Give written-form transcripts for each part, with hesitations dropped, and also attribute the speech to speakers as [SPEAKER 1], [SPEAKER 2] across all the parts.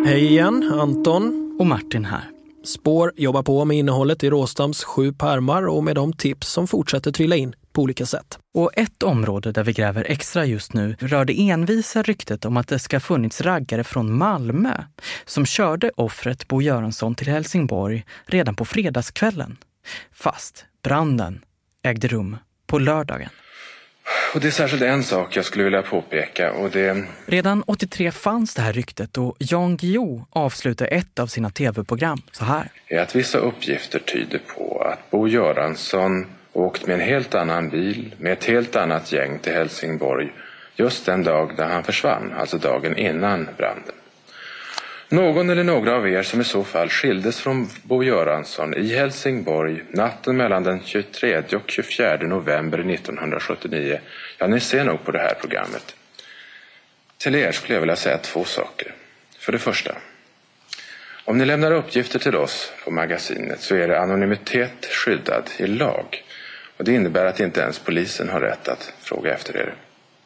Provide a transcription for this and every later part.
[SPEAKER 1] Hej igen, Anton
[SPEAKER 2] och Martin här.
[SPEAKER 1] Spår jobbar på med innehållet i Råstams 7 pärmar och med de tips som fortsätter trilla in på olika sätt.
[SPEAKER 2] Och ett område där vi gräver extra just nu rör det envisa ryktet om att det ska funnits raggare från Malmö som körde offret Bo Göransson till Helsingborg redan på fredagskvällen. Fast branden ägde rum på lördagen.
[SPEAKER 3] Och det är särskilt en sak jag skulle vilja påpeka och det...
[SPEAKER 2] Redan 83 fanns det här ryktet och Jan Guillou avslutade ett av sina tv-program så här.
[SPEAKER 3] Är att vissa uppgifter tyder på att Bo Göransson åkt med en helt annan bil med ett helt annat gäng till Helsingborg just den dag där han försvann, alltså dagen innan branden. Någon eller några av er som i så fall skildes från Bo Göransson i Helsingborg natten mellan den 23 och 24 november 1979. Ja, ni ser nog på det här programmet. Till er skulle jag vilja säga 2 saker. För det första, om ni lämnar uppgifter till oss på magasinet så är det anonymitet skyddad i lag. Och det innebär att inte ens polisen har rätt att fråga efter er.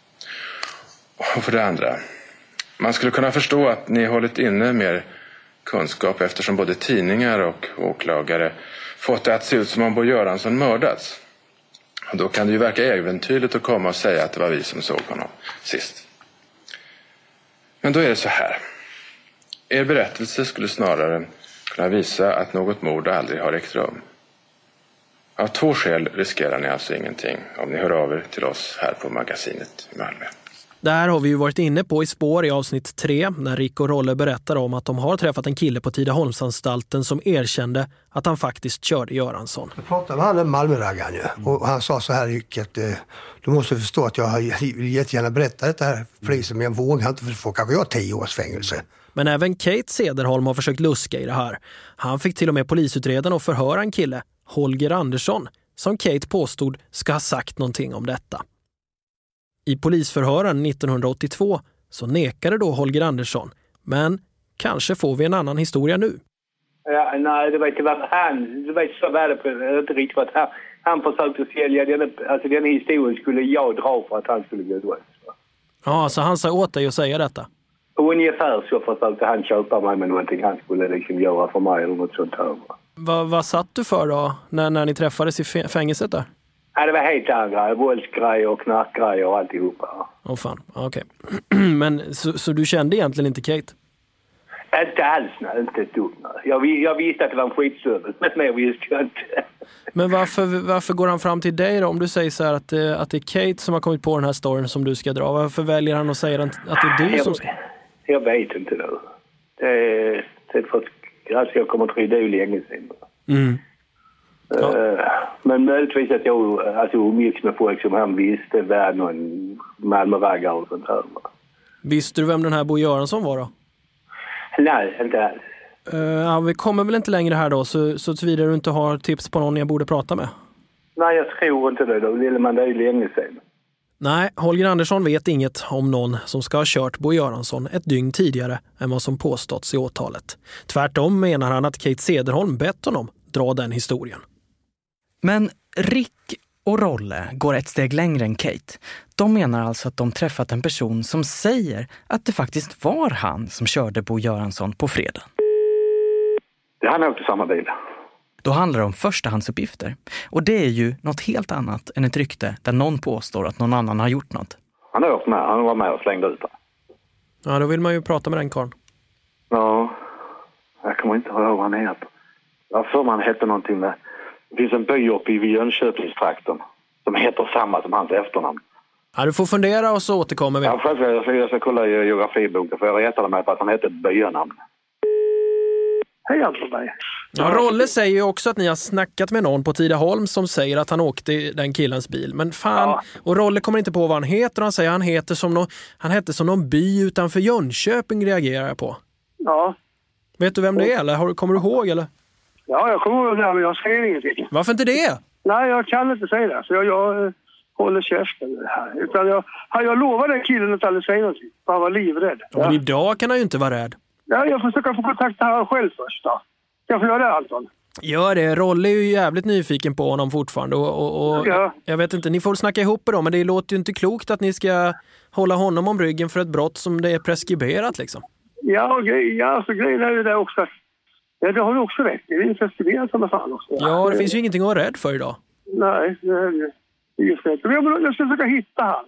[SPEAKER 3] Och för det andra, man skulle kunna förstå att ni hållit inne mer kunskap eftersom både tidningar och åklagare fått det att se ut som om Bo Göransson mördats. Och då kan det ju verka äventyrligt att komma och säga att det var vi som såg honom sist. Men då är det så här. Er berättelse skulle snarare kunna visa att något mord aldrig har ägt rum. Av 2 skäl riskerar ni alltså ingenting om ni hör av er till oss här på magasinet i Malmö.
[SPEAKER 1] Det här har vi ju varit inne på i Spår i avsnitt 3 när Rick och Rolle berättar om att de har träffat en kille på Tidaholmsanstalten som erkände att han faktiskt körde Göransson.
[SPEAKER 4] Jag pratade med han en Malmöraggaren och han sa så här Rick att du måste förstå att jag vill jättegärna berätta det här för polisen men jag vågar inte för få kanske jag 10 års fängelse.
[SPEAKER 1] Men även Kate Cederholm har försökt luska i det här. Han fick till och med polisutredaren att förhöra en kille, Holger Andersson, som Kate påstod ska ha sagt någonting om detta. I polisförhören 1982 så nekade då Holger Andersson. Men kanske får vi en annan historia nu.
[SPEAKER 5] Ja, nej, det var inte vad han... Det var inte så värde på inte riktigt vad han försökte sälja. Den historien skulle jag dra för att han skulle gå ut.
[SPEAKER 1] Ja, så han sa åt dig att säga detta?
[SPEAKER 5] Ungefär så försökte han köpa mig med någonting han skulle liksom göra för mig eller något sånt här.
[SPEAKER 1] Vad satt du för då när ni träffades i fängelset där?
[SPEAKER 5] Ja, det var helt andra. Våldsgrejer och knarkgrejer och alltihopa.
[SPEAKER 1] Åh fan, okej. Men så du kände egentligen inte Kate?
[SPEAKER 5] Inte alls, nej. Inte ett dugg, nej. Jag visste att det var en skitsövel, men mer visste jag inte.
[SPEAKER 1] Men varför går han fram till dig då? Om du säger så här att det är Kate som har kommit på den här storyn som du ska dra. Varför väljer han att säga att det är du som ska...
[SPEAKER 5] Jag vet inte då. Det är för att jag kommer att tro det länge sedan.
[SPEAKER 1] Mm. Ja.
[SPEAKER 5] Men möjligtvis att jag umgicks med folk som han visste var någon Malmöraggare och sånt här.
[SPEAKER 1] Visste du vem den här Bo Göransson var då?
[SPEAKER 5] Nej, inte alls.
[SPEAKER 1] Ja, vi kommer väl inte längre här då så tillvidare du inte har tips på någon jag borde prata med?
[SPEAKER 5] Nej, jag tror inte det. Då ville man det länge sedan.
[SPEAKER 1] Nej, Holger Andersson vet inget om någon som ska ha kört Bo Göransson ett dygn tidigare än vad som påståtts i åtalet. Tvärtom menar han att Kate Cederholm bett honom dra den historien.
[SPEAKER 2] Men Rick och Rolle går ett steg längre än Kate. De menar alltså att de träffat en person som säger att det faktiskt var han som körde Bo Göransson på fredag.
[SPEAKER 5] Han åkte samma bil.
[SPEAKER 2] Då handlar det om förstahandsuppgifter. Och det är ju något helt annat än ett rykte där någon påstår att någon annan har gjort något.
[SPEAKER 5] Han har åkt med. Han var med och slängde ut det.
[SPEAKER 1] Ja, då vill man ju prata med den karln.
[SPEAKER 5] Ja, jag kommer inte ihåg vad han heter. Jag får man hette någonting med... Det finns en by uppe i Jönköpingstrakten som heter samma som hans efternamn.
[SPEAKER 1] Ja, du får fundera och så återkommer vi.
[SPEAKER 5] Ja, jag ska kolla i geografiboken för jag retade mig på att han hette ett byanamn. Hej alltså mig.
[SPEAKER 1] Ja, Rolle säger ju också att ni har snackat med någon på Tidaholm som säger att han åkte i den killens bil. Men fan, ja. Och Rolle kommer inte på vad han heter. Han säger han hette som någon by utanför Jönköping, reagerar jag på.
[SPEAKER 5] Ja.
[SPEAKER 1] Vet du vem det är eller? Kommer du ihåg eller?
[SPEAKER 5] Ja, jag kommer ihåg det men jag säger ingenting.
[SPEAKER 1] Varför inte det?
[SPEAKER 5] Nej, jag kan inte säga det. Så jag håller käften med det här. Utan jag lovade den killen att aldrig säga någonting. Han var livrädd.
[SPEAKER 1] Ja. Men idag kan han ju inte vara rädd.
[SPEAKER 5] Ja, jag försöker få kontakt med honom själv först då. Jag får göra det, Anton.
[SPEAKER 1] Gör det. Rolle är ju jävligt nyfiken på honom fortfarande. Och
[SPEAKER 5] ja.
[SPEAKER 1] Jag vet inte, ni får snacka ihop det då. Men det låter ju inte klokt att ni ska hålla honom om ryggen för ett brott som det är preskriberat liksom.
[SPEAKER 6] Ja, så grejen är ju det också. Ja, det har du också rätt. Det är en festival som är fan också.
[SPEAKER 1] Ja, det finns ju ingenting att vara rädd för idag.
[SPEAKER 6] Nej, det är just det. Jag ska försöka hitta han.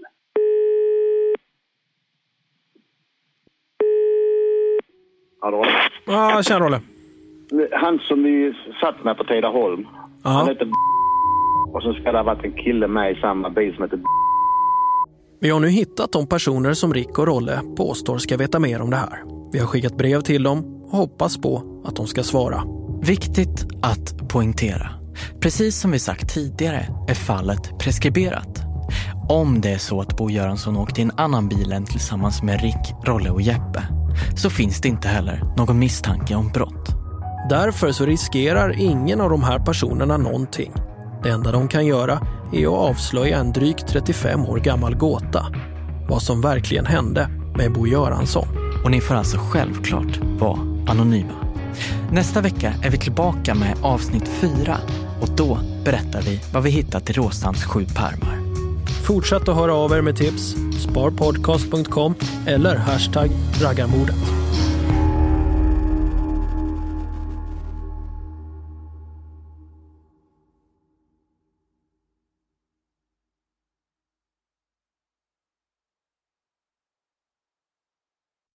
[SPEAKER 5] Hallå?
[SPEAKER 1] Ja, tjena Rolle.
[SPEAKER 5] Han som vi satt med på Tidaholm.
[SPEAKER 1] Ja.
[SPEAKER 5] Han heter och så ska det ha varit en kille med i samma bil som heter
[SPEAKER 1] Vi har nu hittat de personer som Rick och Rolle påstår ska veta mer om det här. Vi har skickat brev till dem och hoppas på att de ska svara.
[SPEAKER 2] Viktigt att poängtera. Precis som vi sagt tidigare är fallet preskriberat. Om det är så att Bo Göransson åkte i en annan bil än tillsammans med Rick, Rolle och Jeppe, så finns det inte heller någon misstanke om brott.
[SPEAKER 1] Därför så riskerar ingen av de här personerna någonting. Det enda de kan göra är att avslöja en drygt 35 år gammal gåta. Vad som verkligen hände med Bo Göransson.
[SPEAKER 2] Och ni får alltså självklart vara anonyma. Nästa vecka är vi tillbaka med avsnitt 4 och då berättar vi vad vi hittat i Råsands 7 pärmar.
[SPEAKER 1] Fortsätt att höra av er med tips, sparpodcast.com eller #raggarmordet.